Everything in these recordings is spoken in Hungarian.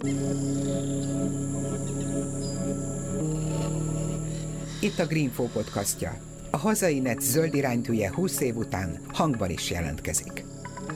Itt a Greenfo podcastja. A hazai net zöld iránytűje 20 év után hangban is jelentkezik.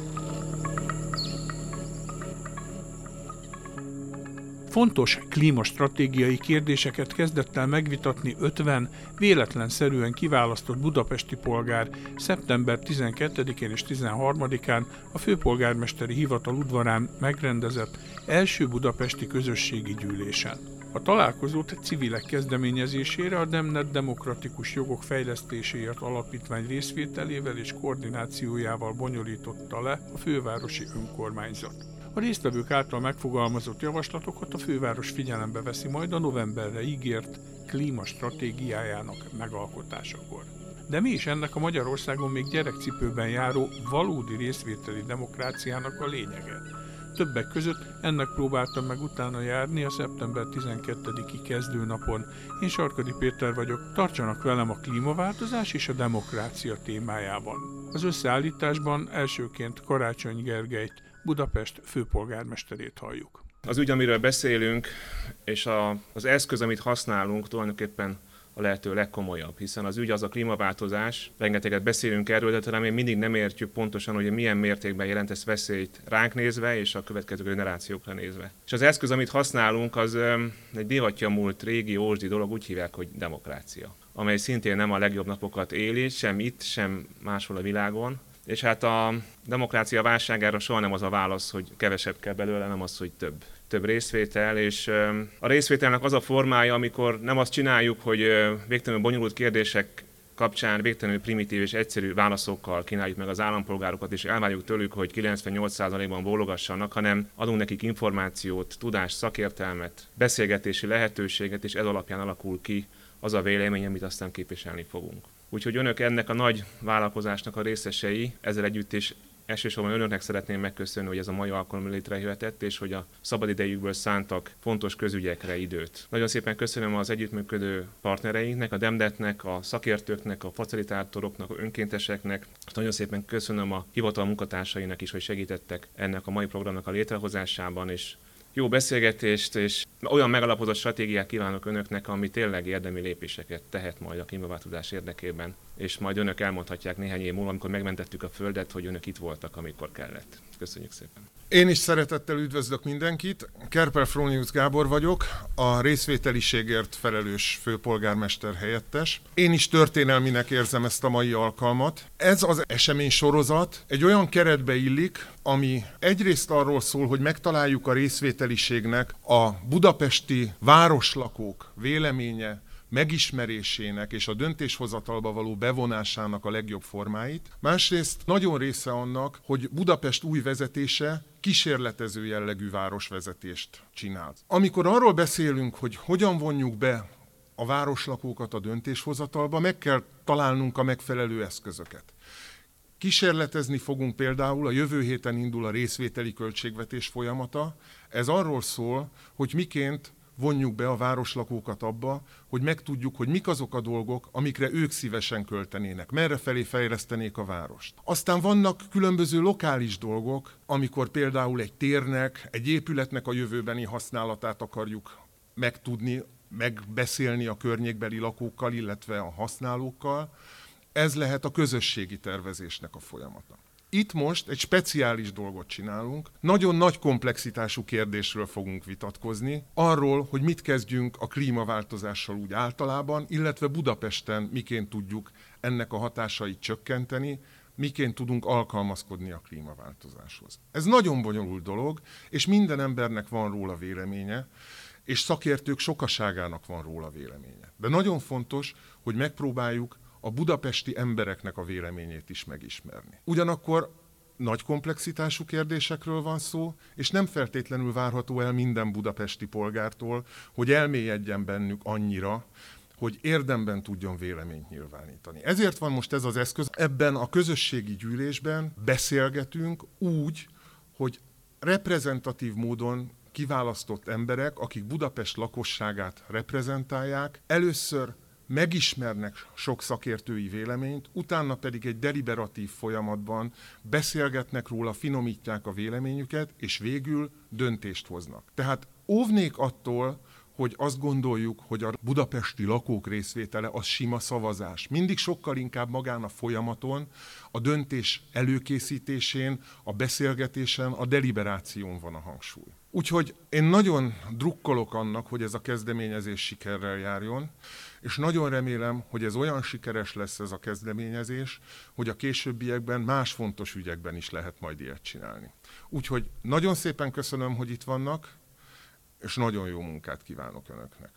Fontos klímastratégiai kérdéseket kezdett el megvitatni 50 véletlenszerűen kiválasztott budapesti polgár szeptember 12-én és 13-án a főpolgármesteri hivatal udvarán megrendezett első budapesti közösségi gyűlésen. A találkozót civilek kezdeményezésére a Demnet Demokratikus Jogok Fejlesztéséért Alapítvány részvételével és koordinációjával bonyolította le a fővárosi önkormányzat. A résztvevők által megfogalmazott javaslatokat a főváros figyelembe veszi majd a novemberre ígért klímastratégiájának megalkotásakor. De mi is ennek a Magyarországon még gyerekcipőben járó valódi részvételi demokráciának a lényege? Többek között ennek próbáltam meg utána járni a szeptember 12-i kezdőnapon. Én Sarkadi Péter vagyok, tartsanak velem a klímaváltozás és a demokrácia témájában. Az összeállításban elsőként Karácsony Gergelyt, Budapest főpolgármesterét halljuk. Az ügy, amiről beszélünk, és az eszköz, amit használunk, tulajdonképpen a lehető legkomolyabb, hiszen az ügy az a klímaváltozás, rengeteget beszélünk erről, de talán még mindig nem értjük pontosan, hogy milyen mértékben jelent ez veszélyt ránk nézve és a következő generációkra nézve. És az eszköz, amit használunk, az egy divatja múlt régi ósdi dolog, úgy hívják, hogy demokrácia, amely szintén nem a legjobb napokat éli, sem itt, sem máshol a világon. És hát a demokrácia válságára soha nem az a válasz, hogy kevesebb kell belőle, nem az, hogy több részvétel, és a részvételnek az a formája, amikor nem azt csináljuk, hogy végtelenül bonyolult kérdések kapcsán végtelenül primitív és egyszerű válaszokkal kínáljuk meg az állampolgárokat, és elvárjuk tőlük, hogy 98%-ban bólogassanak, hanem adunk nekik információt, tudást, szakértelmet, beszélgetési lehetőséget, és ez alapján alakul ki az a vélemény, amit aztán képviselni fogunk. Úgyhogy önök ennek a nagy vállalkozásnak a részesei, ezzel együtt is elsősorban önöknek szeretném megköszönni, hogy ez a mai alkalom létrejöhetett, és hogy a szabadidejükből szántak fontos közügyekre időt. Nagyon szépen köszönöm az együttműködő partnereinknek, a Demnetnek, a szakértőknek, a facilitátoroknak, a önkénteseknek. Nagyon szépen köszönöm a hivatal munkatársainak is, hogy segítettek ennek a mai programnak a létrehozásában, és jó beszélgetést, és olyan megalapozott stratégiát kívánok önöknek, ami tényleg érdemi lépéseket tehet majd a klímaváltozás érdekében, és majd önök elmondhatják néhány év múlva, amikor megmentettük a Földet, hogy önök itt voltak, amikor kellett. Köszönjük szépen! Én is szeretettel üdvözlök mindenkit. Kerpel Fronius Gábor vagyok, a részvételiségért felelős főpolgármester helyettes. Én is történelminek érzem ezt a mai alkalmat. Ez az esemény sorozat egy olyan keretbe illik, ami egyrészt arról szól, hogy megtaláljuk a részvételiségnek a budapesti városlakók véleménye, megismerésének és a döntéshozatalba való bevonásának a legjobb formáit. Másrészt nagyon része annak, hogy Budapest új vezetése kísérletező jellegű városvezetést csinál. Amikor arról beszélünk, hogy hogyan vonjuk be a városlakókat a döntéshozatalba, meg kell találnunk a megfelelő eszközöket. Kísérletezni fogunk például, a jövő héten indul a részvételi költségvetés folyamata. Ez arról szól, hogy miként vonjuk be a városlakókat abba, hogy megtudjuk, hogy mik azok a dolgok, amikre ők szívesen költenének, merrefelé fejlesztenék a várost. Aztán vannak különböző lokális dolgok, amikor például egy térnek, egy épületnek a jövőbeni használatát akarjuk megtudni, megbeszélni a környékbeli lakókkal, illetve a használókkal. Ez lehet a közösségi tervezésnek a folyamata. Itt most egy speciális dolgot csinálunk, nagyon nagy komplexitású kérdésről fogunk vitatkozni, arról, hogy mit kezdjünk a klímaváltozással úgy általában, illetve Budapesten miként tudjuk ennek a hatásait csökkenteni, miként tudunk alkalmazkodni a klímaváltozáshoz. Ez nagyon bonyolult dolog, és minden embernek van róla véleménye, és szakértők sokaságának van róla véleménye. De nagyon fontos, hogy megpróbáljuk a budapesti embereknek a véleményét is megismerni. Ugyanakkor nagy komplexitású kérdésekről van szó, és nem feltétlenül várható el minden budapesti polgártól, hogy elmélyedjen bennük annyira, hogy érdemben tudjon véleményt nyilvánítani. Ezért van most ez az eszköz. Ebben a közösségi gyűlésben beszélgetünk úgy, hogy reprezentatív módon kiválasztott emberek, akik Budapest lakosságát reprezentálják, először megismernek sok szakértői véleményt, utána pedig egy deliberatív folyamatban beszélgetnek róla, finomítják a véleményüket, és végül döntést hoznak. Tehát óvnék attól, hogy azt gondoljuk, hogy a budapesti lakók részvétele az sima szavazás. Mindig sokkal inkább magán a folyamaton, a döntés előkészítésén, a beszélgetésen, a deliberáción van a hangsúly. Úgyhogy én nagyon drukkolok annak, hogy ez a kezdeményezés sikerrel járjon, és nagyon remélem, hogy ez olyan sikeres lesz ez a kezdeményezés, hogy a későbbiekben más fontos ügyekben is lehet majd ilyet csinálni. Úgyhogy nagyon szépen köszönöm, hogy itt vannak, és nagyon jó munkát kívánok Önöknek.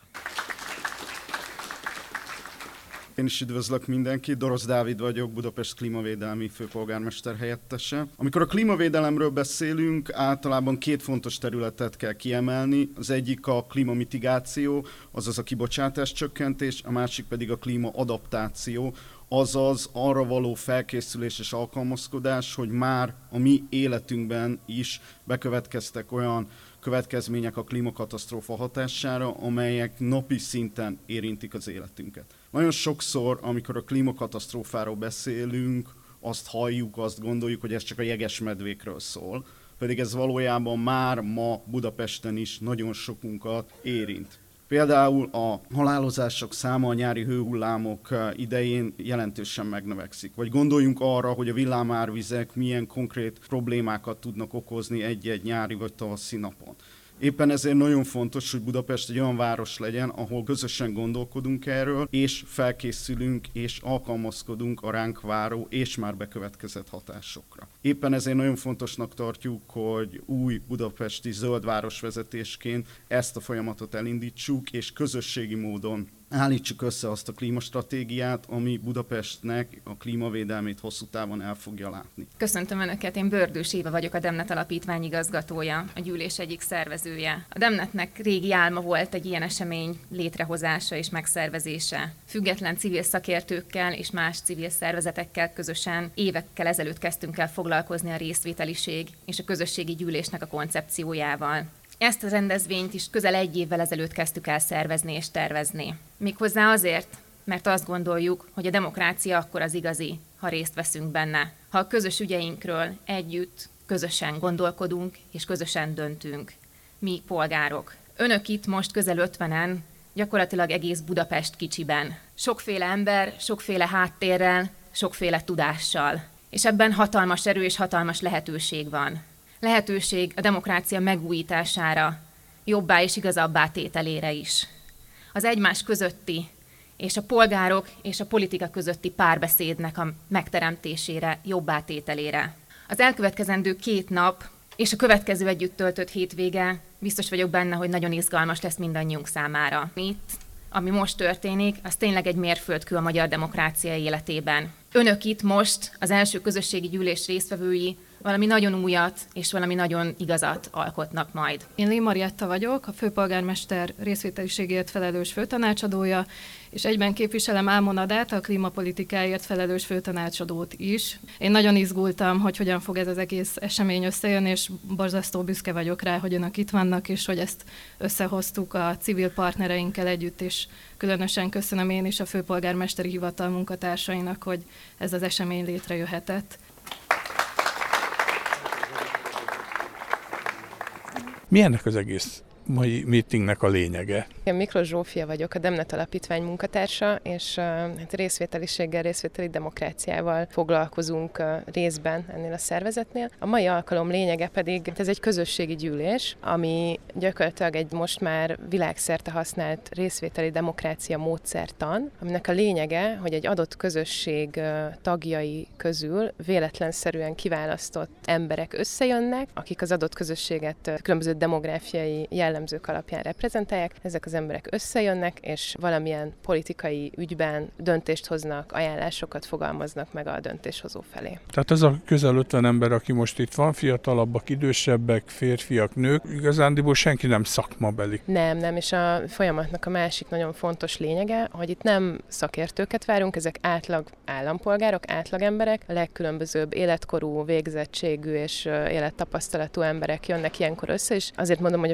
Én is üdvözlök mindenkit, Dorosz Dávid vagyok, Budapest klímavédelmi főpolgármester helyettese. Amikor a klímavédelemről beszélünk, általában két fontos területet kell kiemelni. Az egyik a klímamitigáció, azaz a kibocsátás csökkentés, a másik pedig a klímaadaptáció, azaz arra való felkészülés és alkalmazkodás, hogy már a mi életünkben is bekövetkeztek olyan következmények a klímakatasztrófa hatására, amelyek napi szinten érintik az életünket. Nagyon sokszor, amikor a klímakatasztrófáról beszélünk, azt halljuk, azt gondoljuk, hogy ez csak a jegesmedvékről szól, pedig ez valójában már ma Budapesten is nagyon sokunkat érint. Például a halálozások száma a nyári hőhullámok idején jelentősen megnövekszik. Vagy gondoljunk arra, hogy a villámárvizek milyen konkrét problémákat tudnak okozni egy-egy nyári vagy tavaszi napon. Éppen ezért nagyon fontos, hogy Budapest egy olyan város legyen, ahol közösen gondolkodunk erről, és felkészülünk, és alkalmazkodunk a ránk váró, és már bekövetkezett hatásokra. Éppen ezért nagyon fontosnak tartjuk, hogy új budapesti zöld városvezetésként ezt a folyamatot elindítsuk, és közösségi módon állítsuk össze azt a klímastratégiát, ami Budapestnek a klímavédelmét hosszú távon el fogja látni. Köszöntöm Önöket, én Bördős Éva vagyok, a Demnet Alapítvány igazgatója, a gyűlés egyik szervezője. A Demnetnek régi álma volt egy ilyen esemény létrehozása és megszervezése. Független civil szakértőkkel és más civil szervezetekkel közösen évekkel ezelőtt kezdtünk el foglalkozni a részvételiség és a közösségi gyűlésnek a koncepciójával. Ezt a rendezvényt is közel egy évvel ezelőtt kezdtük el szervezni és tervezni. Méghozzá azért, mert azt gondoljuk, hogy a demokrácia akkor az igazi, ha részt veszünk benne. Ha a közös ügyeinkről együtt, közösen gondolkodunk és közösen döntünk. Mi polgárok. Önök itt most közel 50-en, gyakorlatilag egész Budapest kicsiben. Sokféle ember, sokféle háttérrel, sokféle tudással. És ebben hatalmas erő és hatalmas lehetőség van. Lehetőség a demokrácia megújítására, jobbá és igazabbá tételére is. Az egymás közötti és a polgárok és a politika közötti párbeszédnek a megteremtésére, jobbá tételére. Az elkövetkezendő 2 nap és a következő együtt töltött hétvége biztos vagyok benne, hogy nagyon izgalmas lesz mindannyiunk számára. Itt, ami most történik, az tényleg egy mérföldkő a magyar demokrácia életében. Önök itt most, az első közösségi gyűlés résztvevői, valami nagyon újat és valami nagyon igazat alkotnak majd. Én Lé Marietta vagyok, a főpolgármester részvételiségért felelős főtanácsadója, és egyben képviselem Ámon Adát, a klímapolitikáért felelős főtanácsadót is. Én nagyon izgultam, hogy hogyan fog ez az egész esemény összejönni, és borzasztó büszke vagyok rá, hogy önök itt vannak, és hogy ezt összehoztuk a civil partnereinkkel együtt, és különösen köszönöm én is a főpolgármesteri hivatal munkatársainak, hogy ez az esemény létrejöhetett. Mi ennek az egész mai meetingnek a lényege? Én Miklós Zsófia vagyok, a Demnet Alapítvány munkatársa, és részvételiséggel, részvételi demokráciával foglalkozunk részben ennél a szervezetnél. A mai alkalom lényege pedig, ez egy közösségi gyűlés, ami gyakorlatilag egy most már világszerte használt részvételi demokrácia módszertan, aminek a lényege, hogy egy adott közösség tagjai közül véletlenszerűen kiválasztott emberek összejönnek, akik az adott közösséget különböző demográfiai jellemzők alapján reprezentálják. Ezek az emberek összejönnek, és valamilyen politikai ügyben döntést hoznak, ajánlásokat fogalmaznak meg a döntéshozó felé. Tehát ez a közel 50 ember, aki most itt van, fiatalabbak, idősebbek, férfiak, nők, igazándiból senki nem szakmabeli. Nem, és a folyamatnak a másik nagyon fontos lényege, hogy itt nem szakértőket várunk, ezek átlag állampolgárok, átlag emberek, a legkülönbözőbb életkorú, végzettségű és élettapasztalatú emberek jönnek ilyenkor össze, és azért mondom, hogy a folyamat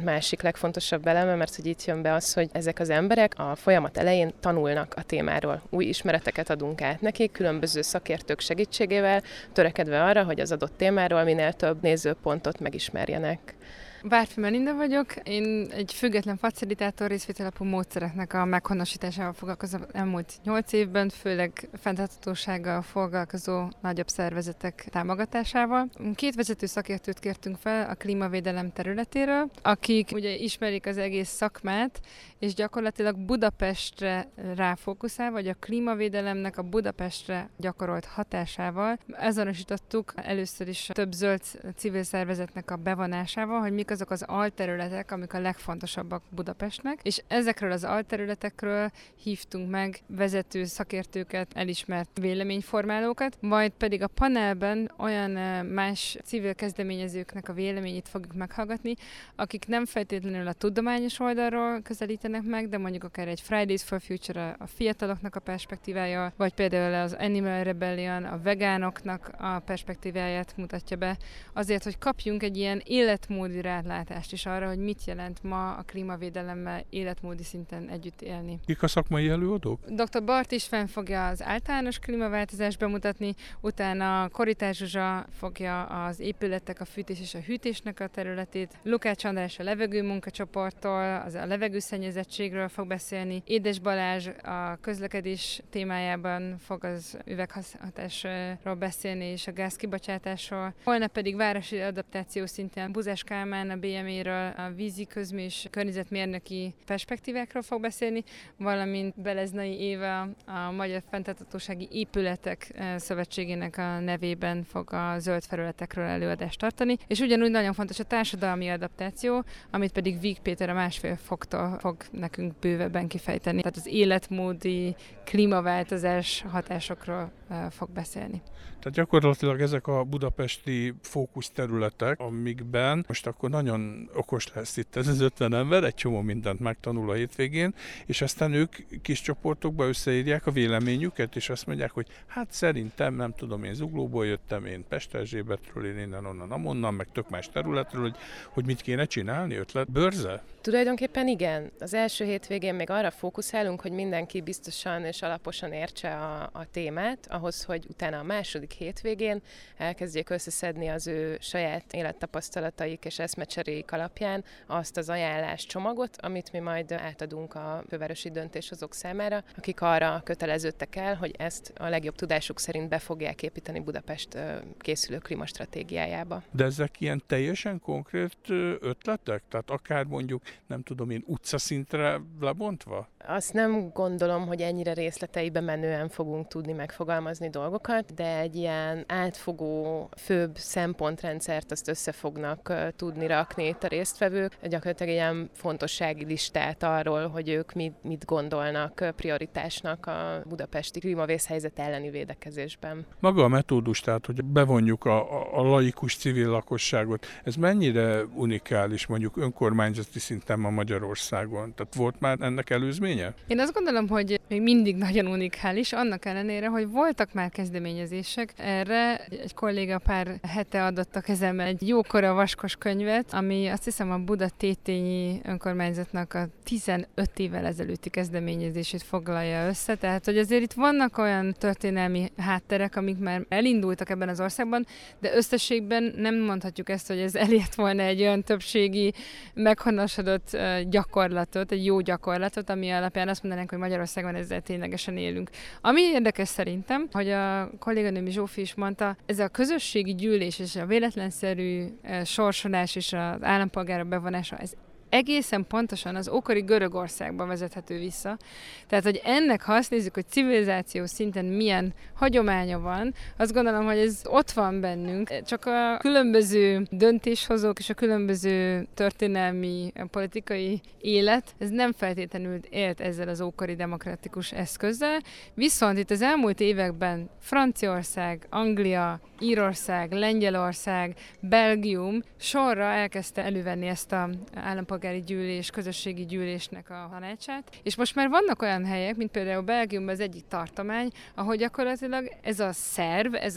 másik legfontosabb eleme, mert hogy itt jön be az, hogy ezek az emberek a folyamat elején tanulnak a témáról. Új ismereteket adunk át nekik, különböző szakértők segítségével, törekedve arra, hogy az adott témáról minél több nézőpontot megismerjenek. Bárfi Melinda vagyok, én egy független facilitátor részvételapú módszereknek a meghonosításával foglalkozom elmúlt 8 évben, főleg fenntarthatósággal foglalkozó nagyobb szervezetek támogatásával. 2 vezető szakértőt kértünk fel a klímavédelem területéről, akik ugye ismerik az egész szakmát, és gyakorlatilag Budapestre ráfókuszál, vagy a klímavédelemnek a Budapestre gyakorolt hatásával azonosítottuk először is több zöld civil szervezetnek a bevonásával, hogy mik azok az alterületek, amik a legfontosabbak Budapestnek, és ezekről az alterületekről hívtunk meg vezető szakértőket, elismert véleményformálókat, majd pedig a panelben olyan más civil kezdeményezőknek a véleményét fogjuk meghallgatni, akik nem feltétlenül a tudományos oldalról közelítenek meg, de mondjuk akár egy Fridays for Future a fiataloknak a perspektívája, vagy például az Animal Rebellion a vegánoknak a perspektíváját mutatja be, azért, hogy kapjunk egy ilyen életmódi rálátást is arra, hogy mit jelent ma a klímavédelemmel életmódi szinten együtt élni. Kik a szakmai előadók? Dr. Bart István fogja az általános klímaváltozást bemutatni, utána Koritás Zsuzsa fogja az épületek, a fűtés és a hűtésnek a területét, Lukács András a levegő munkacsoporttól, az a levegőszennyezettségről fog beszélni, Édes Balázs a közlekedés témájában fog az üvegházhatásról beszélni és a gázkibocsátásról. Holnap pedig városi adaptáció szintén Buzás Kálmán a BME-ről, a vízi közmű és környezetmérnöki perspektívákról fog beszélni, valamint Beleznai Éva a Magyar Fenntarthatósági Épületek Szövetségének a nevében fog a zöld felületekről előadást tartani, és ugyanúgy nagyon fontos a társadalmi adaptáció, amit pedig Víg Péter a 1,5 foktól fog nekünk bővebben kifejteni. Tehát az életmódi klímaváltozás hatásokról fog beszélni. Tehát gyakorlatilag ezek a budapesti fókuszterületek, amikben most akkor nagyon okos lesz itt ez az 50 ember, egy csomó mindent megtanul a hétvégén, és aztán ők kis csoportokba összeírják a véleményüket, és azt mondják, hogy hát szerintem, nem tudom, én Zuglóból jöttem, én Pesterzsébetről, én innen, onnan, amonnan, meg tök más területről, hogy mit kéne csinálni, ötlet, bőrze? Tulajdonképpen igen. Az első hétvégén még arra fókuszálunk, hogy mindenki biztosan és alaposan értse a témát, ahhoz, hogy utána a második hétvégén elkezdjék összeszedni az ő saját élettapasztalataik és eszmecseréik alapján azt az ajánláscsomagot, amit mi majd átadunk a fővárosi döntéshozók számára, akik arra köteleződtek el, hogy ezt a legjobb tudásuk szerint be fogják építeni Budapest készülő klímastratégiájába. De ezek ilyen teljesen konkrét ötletek? Tehát akár mondjuk, nem tudom én, utcaszintre lebontva? Azt nem gondolom, hogy ennyire részleteibe menően fogunk tudni megfogalmazni dolgokat, de egy ilyen átfogó, főbb szempontrendszert azt össze fognak tudni rakni itt a résztvevők. Gyakorlatilag ilyen fontossági listát arról, hogy ők mit gondolnak prioritásnak a budapesti klímavészhelyzet elleni védekezésben. Maga a metódus, tehát hogy bevonjuk a laikus civil lakosságot, ez mennyire unikális mondjuk önkormányzati szinten ma Magyarországon? Tehát volt már ennek előzménye? Én azt gondolom, hogy még mindig nagyon unikális, annak ellenére, hogy voltak már kezdeményezések. Erre egy kolléga pár hete adott a kezembe egy jókora vaskos könyvet, ami azt hiszem a Buda Tétényi önkormányzatnak a 15 évvel ezelőtti kezdeményezését foglalja össze. Tehát, hogy azért itt vannak olyan történelmi hátterek, amik már elindultak ebben az országban, de összességben nem mondhatjuk ezt, hogy ez elért volna egy olyan többségi, meghonosodott gyakorlatot, egy jó gyakorlatot, ami alapján azt mondanánk, hogy Magyarországon ezzel ténylegesen élünk. Ami érdekes szerintem, hogy a kolléganőm Zsófi is mondta, ez a közösségi gyűlés és a véletlenszerű sorsolás és az állampolgárok bevonása, ez egészen pontosan az ókori Görögországba vezethető vissza. Tehát, hogy ennek, ha azt nézzük, hogy civilizáció szinten milyen hagyománya van, azt gondolom, hogy ez ott van bennünk. Csak a különböző döntéshozók és a különböző történelmi, politikai élet, ez nem feltétlenül élt ezzel az ókori demokratikus eszközzel. Viszont itt az elmúlt években Franciaország, Anglia, Írország, Lengyelország, Belgium sorra elkezdte elővenni ezt az állampolgári gyűlés, közösségi gyűlésnek a tanácsát. És most már vannak olyan helyek, mint például Belgiumban az egyik tartomány, ahol gyakorlatilag ez a szerv, ez a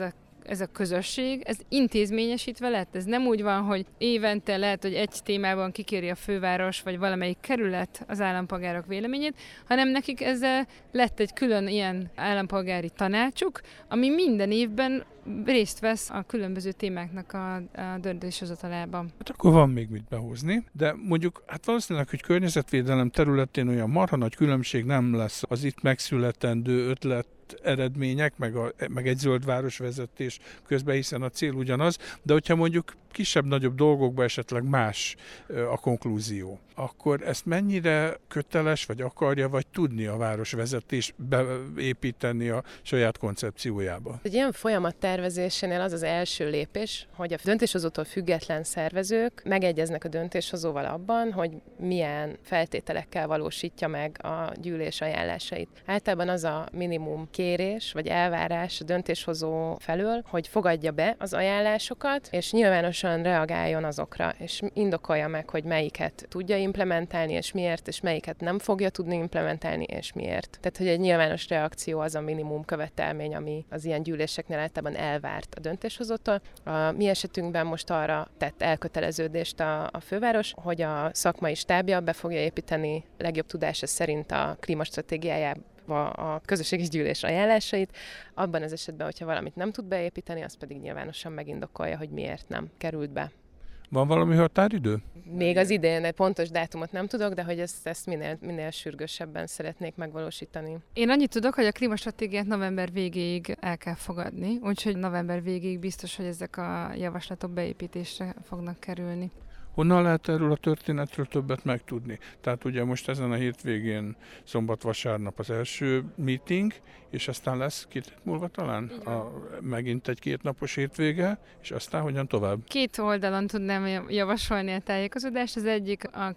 ez a közösség, ez intézményesítve lett. Ez nem úgy van, hogy évente lehet, hogy egy témában kikéri a főváros, vagy valamelyik kerület az állampolgárok véleményét, hanem nekik ezzel lett egy külön ilyen állampolgári tanácsuk, ami minden évben részt vesz a különböző témáknak a döntéshozatalában. Hát akkor van még mit behozni, de mondjuk hát valószínűleg, hogy környezetvédelem területén olyan marha nagy különbség nem lesz az itt megszületendő ötlet eredmények, meg egy zöld városvezetés közben, hiszen a cél ugyanaz, de hogyha mondjuk kisebb-nagyobb dolgokban esetleg más a konklúzió, akkor ezt mennyire köteles, vagy akarja, vagy tudni a városvezetés beépíteni a saját koncepciójába? Egy ilyen folyamat tervezésénél az az első lépés, hogy a döntéshozótól független szervezők megegyeznek a döntéshozóval abban, hogy milyen feltételekkel valósítja meg a gyűlés ajánlásait. Általában az a minimum kérés, vagy elvárás a döntéshozó felől, hogy fogadja be az ajánlásokat, és nyilvánosan reagáljon azokra, és indokolja meg, hogy melyiket tudja implementálni, és miért, és melyiket nem fogja tudni implementálni, és miért. Tehát, hogy egy nyilvános reakció az a minimum követelmény, ami az ilyen gyűléseknél általában elvárt a döntéshozótól. A mi esetünkben most arra tett elköteleződést a főváros, hogy a szakmai stábja be fogja építeni legjobb tudása szerint a klímastratégiájába a közösségi gyűlés ajánlásait. Abban az esetben, hogyha valamit nem tud beépíteni, az pedig nyilvánosan megindokolja, hogy miért nem került be. Van valami határidő? Még az idén egy pontos dátumot nem tudok, de hogy ezt minél sürgősebben szeretnék megvalósítani. Én annyit tudok, hogy a klímastratégiát november végéig el kell fogadni, úgyhogy november végéig biztos, hogy ezek a javaslatok beépítésre fognak kerülni. Honnan lehet erről a történetről többet megtudni? Tehát ugye most ezen a hétvégén szombat-vasárnap az első meeting, és aztán lesz 2 hét múlva talán megint egy 2 napos hétvége, és aztán hogyan tovább? 2 oldalon tudnám javasolni a tájékozódást. Az egyik a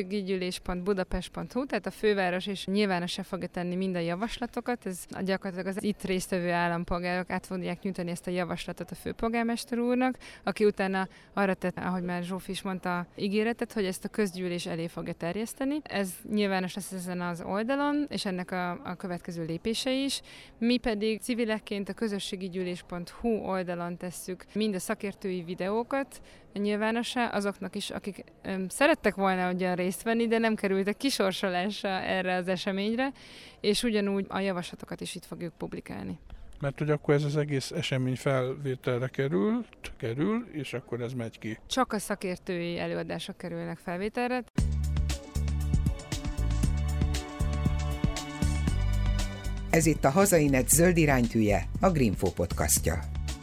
közösségigyűlés.budapest.hu, tehát a főváros is nyilvánossá fogja tenni minden javaslatokat. Ez gyakorlatilag az itt résztvevő állampolgárok át fogják nyújtani ezt a javaslatot a főpolgármester úrnak, aki utána arra tett, ahogy már Zsófi is mondta, ígéretet, hogy ezt a közgyűlés elé fogja terjeszteni. Ez nyilvános lesz ezen az oldalon, és ennek a következő lépései is. Mi pedig civilekként a közösségigyűlés.hu oldalon tesszük mind a szakértői videókat nyilvánossá, azoknak is, akik szerettek volna ugyan részt venni, de nem kerültek kisorsolásra erre az eseményre, és ugyanúgy a javaslatokat is itt fogjuk publikálni. Mert hogy akkor ez az egész esemény felvételre kerül, és akkor ez megy ki. Csak a szakértői előadások kerülnek felvételre. Ez itt a Hazainet zöld iránytűje, a Greenfo podcastja.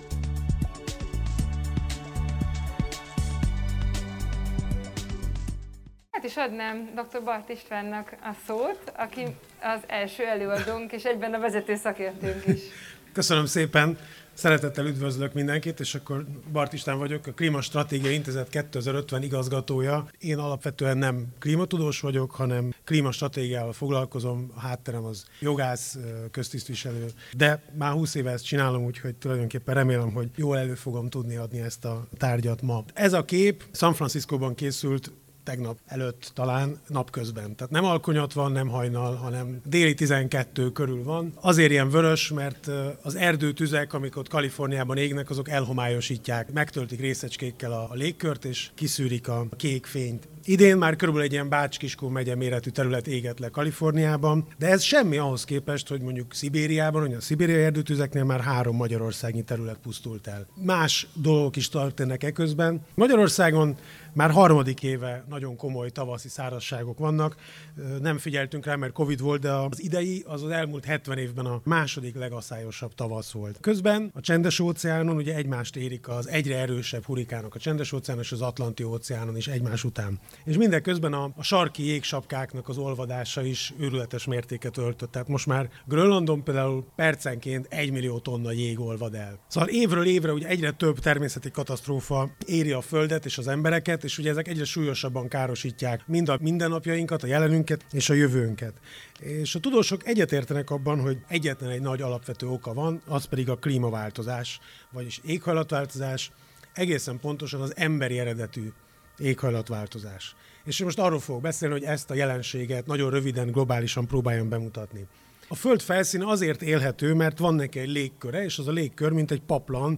Hát is adnám dr. Bart Istvánnak a szót, aki az első előadónk, és egyben a vezető szakértőnk is. Köszönöm szépen, szeretettel üdvözlök mindenkit, és akkor Bart István vagyok, a Klímastratégiai Intézet 2050 igazgatója. Én alapvetően nem klímatudós vagyok, hanem klímastratégiával foglalkozom, a hátterem az jogász, köztisztviselő, de már 20 éve ezt csinálom, úgyhogy tulajdonképpen remélem, hogy jól elő fogom tudni adni ezt a tárgyat ma. Ez a kép San Franciscóban készült, tegnap előtt talán napközben. Tehát nem alkonyat van, nem hajnal, hanem déli 12 körül van. Azért ilyen vörös, mert az erdőtüzek, amik ott Kaliforniában égnek, azok elhomályosítják, megtöltik részecskékkel a légkört, és kiszűrik a kék fényt. Idén már körülbelül egy ilyen Bács-Kiskó megye méretű terület égett le Kaliforniában, de ez semmi ahhoz képest, hogy mondjuk Szibériában, hogy a szibériai erdőtüzeknél már 3 magyarországi terület pusztult el. Más dolgok is történnek eközben. Magyarországon már 3. éve nagyon komoly tavaszi szárazságok vannak. Nem figyeltünk rá, mert Covid volt, de az idei, az elmúlt 70 évben a második legaszályosabb tavasz volt. Közben a Csendes-óceánon ugye egymást érik az egyre erősebb hurikánok, a Csendes-óceánon és az Atlanti-óceánon is egymás után. És mindeközben a sarki jégsapkáknak az olvadása is őrületes mértéket öltött. Tehát most már Grönlandon például percenként 1 millió tonna jég olvad el. Szóval évről évre ugye egyre több természeti katasztrófa éri a Földet és az embereket, és ugye ezek egyre súlyosabban károsítják mind a mindennapjainkat, a jelenünket és a jövőnket. És a tudósok egyetértenek abban, hogy egyetlen egy nagy alapvető oka van, az pedig a klímaváltozás, vagyis éghajlatváltozás, egészen pontosan az emberi eredetű éghajlatváltozás. És most arról fogok beszélni, hogy ezt a jelenséget nagyon röviden, globálisan próbáljam bemutatni. A Föld felszíne azért élhető, mert van neki egy légköre, és az a légkör, mint egy paplan,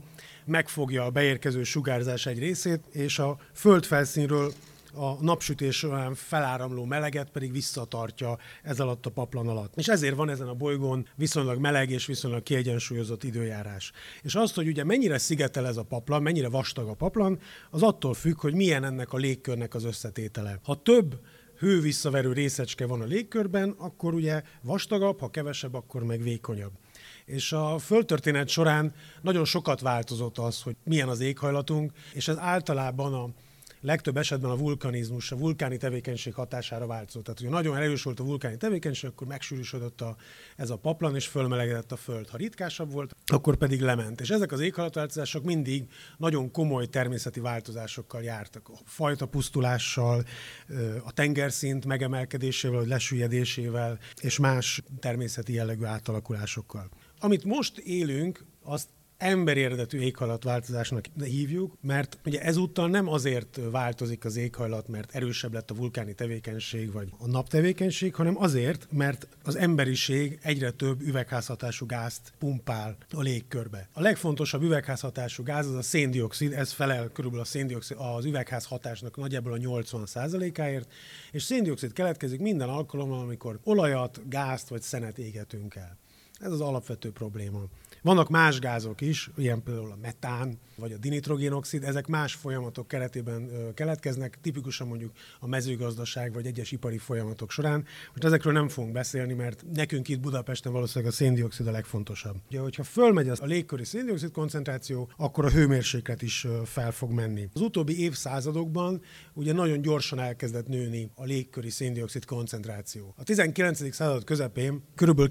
megfogja a beérkező sugárzás egy részét, és a földfelszínről a napsütés során feláramló meleget pedig visszatartja ez alatt a paplan alatt. És ezért van ezen a bolygón viszonylag meleg és viszonylag kiegyensúlyozott időjárás. És azt, hogy ugye mennyire szigetel ez a paplan, mennyire vastag a paplan, az attól függ, hogy milyen ennek a légkörnek az összetétele. Ha több hővisszaverő részecske van a légkörben, akkor ugye vastagabb, ha kevesebb, akkor meg vékonyabb. És a földtörténet során nagyon sokat változott az, hogy milyen az éghajlatunk, és ez általában a legtöbb esetben a vulkanizmus, a vulkáni tevékenység hatására változott. Tehát, hogyha nagyon erős volt a vulkáni tevékenység, akkor megsűrűsödött ez a paplan, és fölmelegedett a föld. Ha ritkásabb volt, akkor pedig lement. És ezek az éghajlatváltozások mindig nagyon komoly természeti változásokkal jártak. A fajta pusztulással, a tengerszint megemelkedésével, vagy lesüllyedésével, és más természeti jellegű átalakulásokkal. Amit most élünk, azt emberi eredetű éghajlatváltozásnak hívjuk, mert ugye ezúttal nem azért változik az éghajlat, mert erősebb lett a vulkáni tevékenység vagy a naptevékenység, hanem azért, mert az emberiség egyre több üvegházhatású gázt pumpál a légkörbe. A legfontosabb üvegházhatású gáz az a széndioxid, ez felel körülbelül az üvegházhatásnak nagyjából a 80%-áért, és széndioxid keletkezik minden alkalommal, amikor olajat, gázt vagy szenet égetünk el. Ez az alapvető probléma. Vannak más gázok is, ilyen például a metán, vagy a dinitrogénoxid, ezek más folyamatok keretében keletkeznek, tipikusan mondjuk a mezőgazdaság, vagy egyes ipari folyamatok során. Most ezekről nem fogunk beszélni, mert nekünk itt Budapesten valószínűleg a széndioxid a legfontosabb. Ugye, hogyha fölmegy a légköri széndioxid koncentráció, akkor a hőmérséklet is fel fog menni. Az utóbbi évszázadokban ugye nagyon gyorsan elkezdett nőni a légköri széndioxid koncentráció. A 19. század közepén körülbelül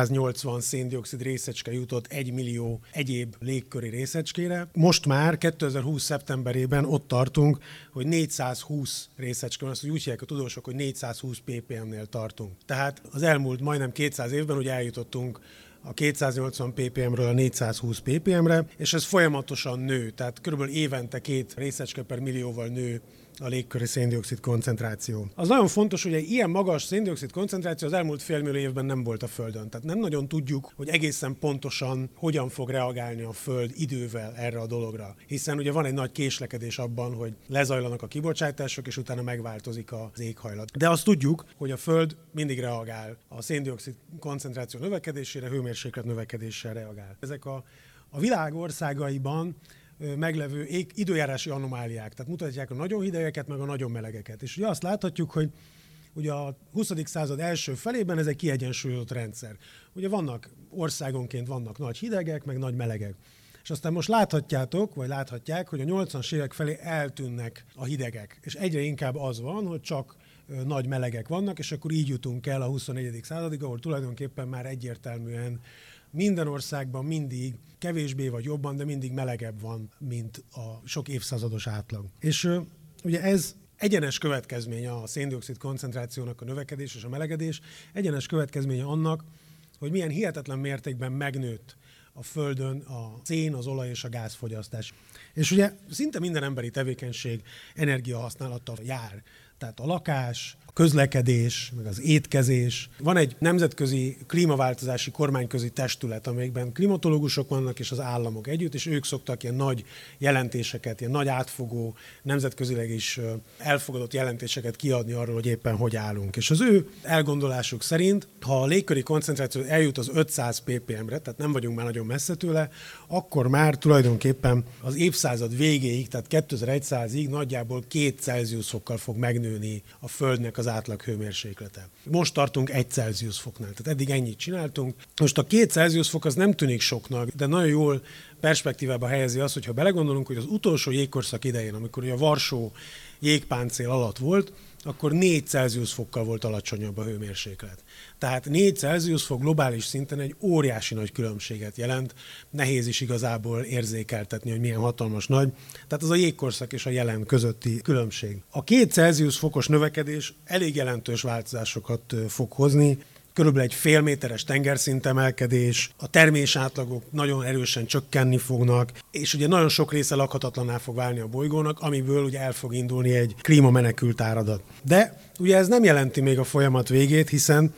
280 széndioxid részecske jutott 1 millió egyéb légköri részecskére. Most már 2020. szeptemberében ott tartunk, hogy 420 részecske van, azt úgy hívják a tudósok, hogy 420 ppm-nél tartunk. Tehát az elmúlt majdnem 200 évben ugye eljutottunk a 280 ppm-ről a 420 ppm-re, és ez folyamatosan nő, tehát körülbelül évente 2 részecske per millióval nő a légköri széndioxid koncentráció. Az nagyon fontos, hogy egy ilyen magas széndioxid koncentráció az elmúlt félmillió évben nem volt a Földön. Tehát nem nagyon tudjuk, hogy egészen pontosan hogyan fog reagálni a Föld idővel erre a dologra. Hiszen ugye van egy nagy késlekedés abban, hogy lezajlanak a kibocsátások, és utána megváltozik az éghajlat. De azt tudjuk, hogy a Föld mindig reagál a széndioxid koncentráció növekedésére, hőmérséklet növekedésére reagál. Ezek a világ országaiban meglevő időjárási anomáliák, tehát mutatják a nagyon hidegeket, meg a nagyon melegeket. És ugye azt láthatjuk, hogy ugye a 20. század első felében ez egy kiegyensúlyozott rendszer. Ugye országonként vannak nagy hidegek, meg nagy melegek. És aztán most láthatják, hogy a 80-as évek felé eltűnnek a hidegek. És egyre inkább az van, hogy csak nagy melegek vannak, és akkor így jutunk el a 21. századig, ahol tulajdonképpen már egyértelműen minden országban mindig kevésbé vagy jobban, de mindig melegebb van, mint a sok évszázados átlag. És ugye ez egyenes következménye a széndioxid koncentrációnak a növekedés és a melegedés, egyenes következménye annak, hogy milyen hihetetlen mértékben megnőtt a Földön a szén, az olaj és a gázfogyasztás. És ugye szinte minden emberi tevékenység energiahasználattal jár. Tehát a lakás, a közlekedés, meg az étkezés. Van egy nemzetközi klímaváltozási kormányközi testület, amelyikben klimatológusok vannak és az államok együtt, és ők szoktak ilyen nagy jelentéseket, ilyen nagy átfogó, nemzetközileg is elfogadott jelentéseket kiadni arról, hogy éppen hogy állunk. És az ő elgondolásuk szerint, ha a légköri koncentráció eljut az 500 ppm-re, tehát nem vagyunk már nagyon messze tőle, akkor már tulajdonképpen az évszázad végéig, tehát 2100-ig nagyjából 2 Celsius fokkal fog megnőni a Földnek az átlag hőmérséklete. Most tartunk 1 Celsius foknál, tehát eddig ennyit csináltunk. Most a 2 Celsius fok az nem tűnik soknak, de nagyon jól perspektívába helyezi azt, hogyha belegondolunk, hogy az utolsó jégkorszak idején, amikor a Varsó jégpáncél alatt volt, akkor 4 Celsius fokkal volt alacsonyabb a hőmérséklet. Tehát 4 Celsius fok globális szinten egy óriási nagy különbséget jelent, nehéz is igazából érzékeltetni, hogy milyen hatalmas nagy. Tehát az a jégkorszak és a jelen közötti különbség. A 2 Celsius fokos növekedés elég jelentős változásokat fog hozni, körülbelül egy fél méteres tengerszintemelkedés, a termésátlagok nagyon erősen csökkenni fognak, és ugye nagyon sok része lakhatatlanná fog válni a bolygónak, amiből ugye el fog indulni egy klímamenekült áradat. De ugye ez nem jelenti még a folyamat végét, hiszen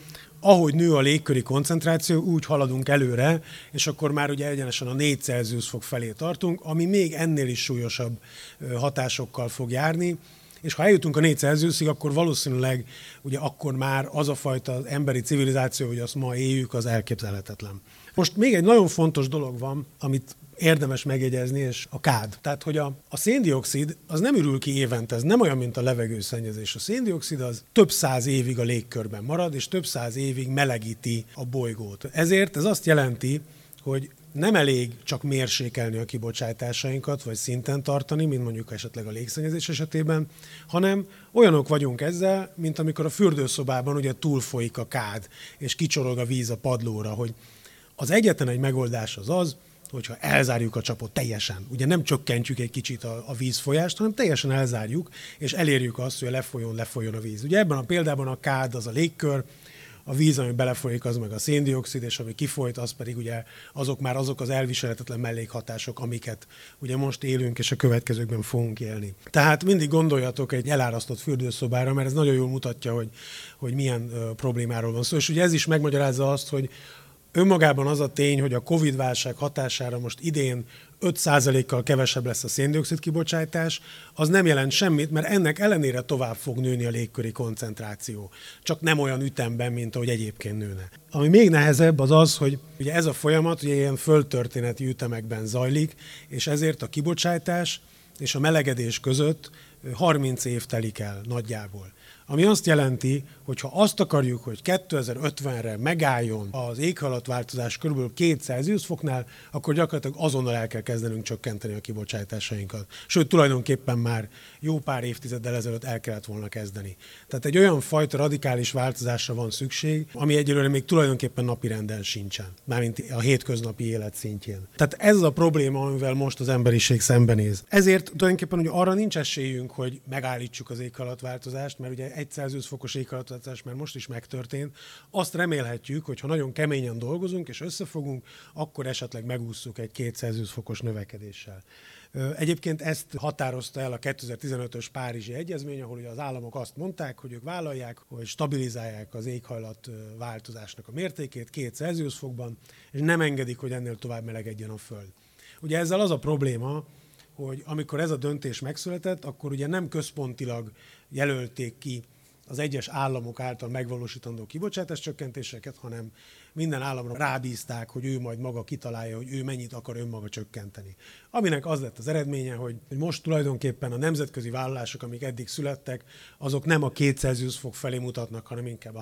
ahogy nő a légköri koncentráció, úgy haladunk előre, és akkor már ugye egyenesen a 4 Celsius fok felé tartunk, ami még ennél is súlyosabb hatásokkal fog járni. És ha eljutunk a 4 Celsiusig, akkor valószínűleg ugye akkor már az a fajta emberi civilizáció, hogy azt ma éljük, az elképzelhetetlen. Most még egy nagyon fontos dolog van, amit érdemes megjegyezni, és a kád. Tehát, hogy a széndioxid az nem ürül ki évente, ez nem olyan, mint a levegőszennyezés. A széndioxid az több száz évig a légkörben marad, és több száz évig melegíti a bolygót. Ezért ez azt jelenti, hogy nem elég csak mérsékelni a kibocsátásainkat, vagy szinten tartani, mint mondjuk esetleg a légszennyezés esetében, hanem olyanok vagyunk ezzel, mint amikor a fürdőszobában ugye túlfolyik a kád, és kicsorog a víz a padlóra, hogy az egyetlen egy megoldás az, hogyha elzárjuk a csapot teljesen. Ugye nem csökkentjük egy kicsit a vízfolyást, hanem teljesen elzárjuk, és elérjük azt, hogy lefolyjon a víz. Ugye ebben a példában a kád az a légkör, a víz, ami belefolyik, az meg a széndioxid, és ami kifolyt, az pedig ugye azok az elviselhetetlen mellékhatások, amiket ugye most élünk, és a következőkben fogunk élni. Tehát mindig gondoljatok egy elárasztott fürdőszobára, mert ez nagyon jól mutatja, hogy milyen problémáról van szó. És ugye ez is megmagyarázza azt, hogy önmagában az a tény, hogy a Covid-válság hatására most idén 5%-kal kevesebb lesz a széndioxid kibocsátás, az nem jelent semmit, mert ennek ellenére tovább fog nőni a légköri koncentráció. Csak nem olyan ütemben, mint ahogy egyébként nőne. Ami még nehezebb az, hogy ugye ez a folyamat ugye ilyen földtörténeti ütemekben zajlik, és ezért a kibocsátás és a melegedés között 30 év telik el nagyjából. Ami azt jelenti, hogy ha azt akarjuk, hogy 2050-re megálljon az éghajlatváltozás kb. 2 Celsius foknál, akkor gyakorlatilag azonnal el kell kezdenünk csökkenteni a kibocsátásainkat. Sőt, tulajdonképpen már jó pár évtizeddel ezelőtt el kellett volna kezdeni. Tehát egy olyan fajta radikális változásra van szükség, ami egyelőre még tulajdonképpen napirenden sincsen, mármint a hétköznapi élet szintjén. Tehát ez a probléma, amivel most az emberiség szembenéz. Ezért tulajdonképpen ugye arra nincs esélyünk, hogy megállítsuk az éghajlatváltozást, mert ugye 1 Celsius fokos éghajlatváltozás már most is megtörtént. Azt remélhetjük, hogy ha nagyon keményen dolgozunk és összefogunk, akkor esetleg megússzuk egy 2 Celsius fokos növekedéssel. Egyébként ezt határozta el a 2015-ös Párizsi Egyezmény, ahol ugye az államok azt mondták, hogy ők vállalják, hogy stabilizálják az éghajlatváltozásnak a mértékét 2 Celsius fokban, és nem engedik, hogy ennél tovább melegedjen a Föld. Ugye ezzel az a probléma, hogy amikor ez a döntés megszületett, akkor ugye nem központilag jelölték ki az egyes államok által megvalósítandó kibocsátáscsökkentéseket, hanem minden államra rábízták, hogy ő majd maga kitalálja, hogy ő mennyit akar önmaga csökkenteni. Aminek az lett az eredménye, hogy most tulajdonképpen a nemzetközi vállalások, amik eddig születtek, azok nem a 2 Celsius fok felé mutatnak, hanem inkább a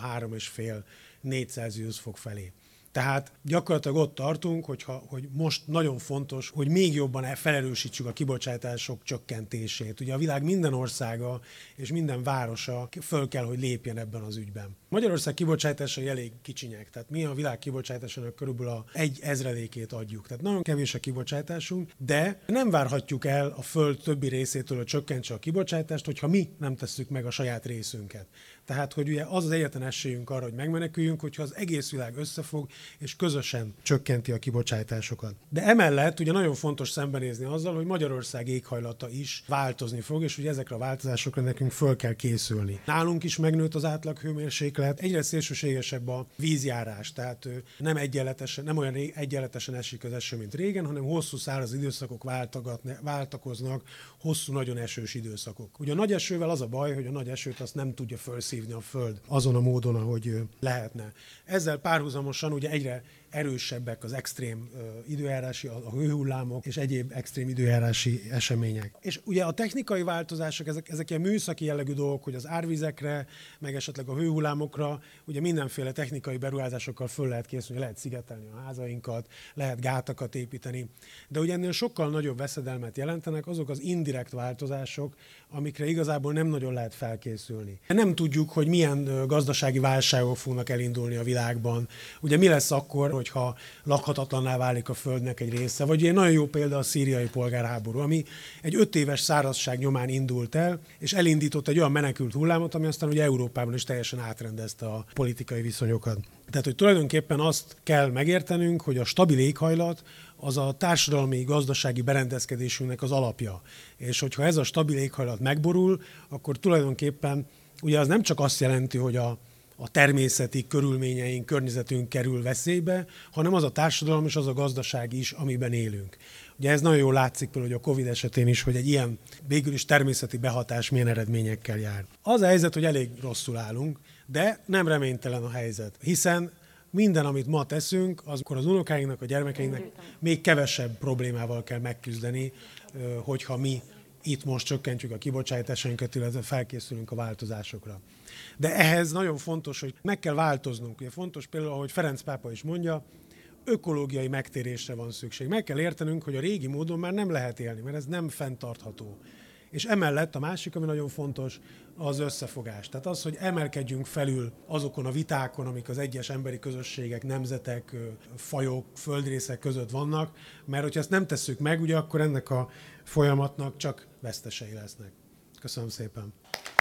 3,5-4 Celsius fok felé. Tehát gyakorlatilag ott tartunk, hogy most nagyon fontos, hogy még jobban felerősítsük a kibocsátások csökkentését. Ugye a világ minden országa és minden városa föl kell, hogy lépjen ebben az ügyben. Magyarország kibocsátásai elég kicsinyek, tehát mi a világ kibocsátásának körülbelül a 1/1000-ét adjuk. Tehát nagyon kevés a kibocsátásunk, de nem várhatjuk el a Föld többi részétől, hogy csökkentse a kibocsátást, hogyha mi nem tesszük meg a saját részünket. Tehát, hogy ugye az egyetlen esélyünk arra, hogy megmeneküljünk, hogyha az egész világ összefog, és közösen csökkenti a kibocsátásokat. De emellett ugye nagyon fontos szembenézni azzal, hogy Magyarország éghajlata is változni fog, és ugye ezekre a változásokra nekünk föl kell készülni. Nálunk is megnőtt az átlag hőmérséklet, egyre szélsőségesebb a vízjárás, tehát nem olyan egyenletesen esik az eső, mint régen, hanem hosszú száraz időszakok váltakoznak, hosszú, nagyon esős időszakok. Ugye a nagy esővel az a baj, hogy a nagy esőt azt nem tudja felszívni a Föld azon a módon, ahogy lehetne. Ezzel párhuzamosan ugye egyre erősebbek az extrém időjárási, a hőhullámok és egyéb extrém időjárási események. És ugye a technikai változások, ezek ilyen műszaki jellegű dolgok, hogy az árvizekre, meg esetleg a hőhullámokra, ugye mindenféle technikai beruházásokkal föl lehet készülni, lehet szigetelni a házainkat, lehet gátakat építeni, de ugye ennél sokkal nagyobb veszedelmet jelentenek azok az indirekt változások, amikre igazából nem nagyon lehet felkészülni. Nem tudjuk, hogy milyen gazdasági válságok fognak elindulni a világban. Ugye mi lesz akkor, hogyha lakhatatlanná válik a Földnek egy része, vagy egy nagyon jó példa a szíriai polgárháború, ami egy 5 éves szárazság nyomán indult el, és elindított egy olyan menekült hullámot, ami aztán ugye Európában is teljesen átrendezte a politikai viszonyokat. Tehát, hogy tulajdonképpen azt kell megértenünk, hogy a stabil éghajlat az a társadalmi, gazdasági berendezkedésünknek az alapja. És hogyha ez a stabil éghajlat megborul, akkor tulajdonképpen ugye az nem csak azt jelenti, hogy a a természeti körülményeink, környezetünk kerül veszélybe, hanem az a társadalom és az a gazdaság is, amiben élünk. Ugye ez nagyon jól látszik például, hogy a Covid esetén is, hogy egy ilyen végül is természeti behatás milyen eredményekkel jár. Az a helyzet, hogy elég rosszul állunk, de nem reménytelen a helyzet, hiszen minden, amit ma teszünk, akkor az unokáinknak, a gyermekeinknek még kevesebb problémával kell megküzdeni, hogyha mi itt most csökkentjük a kibocsátásainkat, illetve felkészülünk a változásokra. De ehhez nagyon fontos, hogy meg kell változnunk. Ugye fontos például, ahogy Ferenc pápa is mondja, ökológiai megtérésre van szükség. Meg kell értenünk, hogy a régi módon már nem lehet élni, mert ez nem fenntartható. És emellett a másik, ami nagyon fontos, az összefogás. Tehát az, hogy emelkedjünk felül azokon a vitákon, amik az egyes emberi közösségek, nemzetek, fajok, földrészek között vannak, mert hogyha ezt nem tesszük meg, ugye akkor ennek a folyamatnak csak vesztesei lesznek. Köszönöm szépen!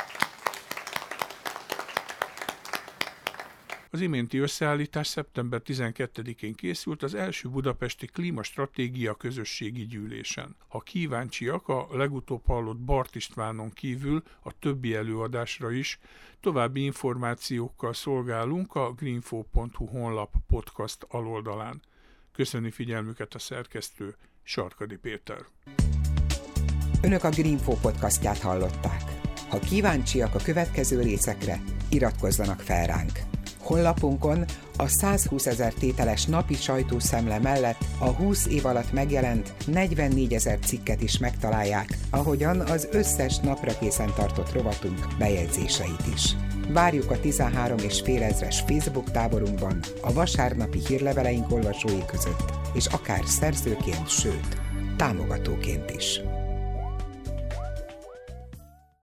Az iménti összeállítás szeptember 12-én készült az első budapesti klímastratégia közösségi gyűlésen. Ha kíváncsiak, a legutóbb hallott Bart Istvánon kívül a többi előadásra is, további információkkal szolgálunk a greenfo.hu honlap podcast aloldalán. Köszöni figyelmüket a szerkesztő, Sarkadi Péter. Önök a Greenfo podcastját hallották. Ha kíváncsiak a következő részekre, iratkozzanak fel ránk. Honlapunkon a 120 000 tételes napi sajtószemle mellett a 20 év alatt megjelent 44 000 cikket is megtalálják, ahogyan az összes napra készen tartott rovatunk bejegyzéseit is. Várjuk a 13,5 ezres Facebook táborunkban, a vasárnapi hírleveleink olvasói között, és akár szerzőként, sőt, támogatóként is.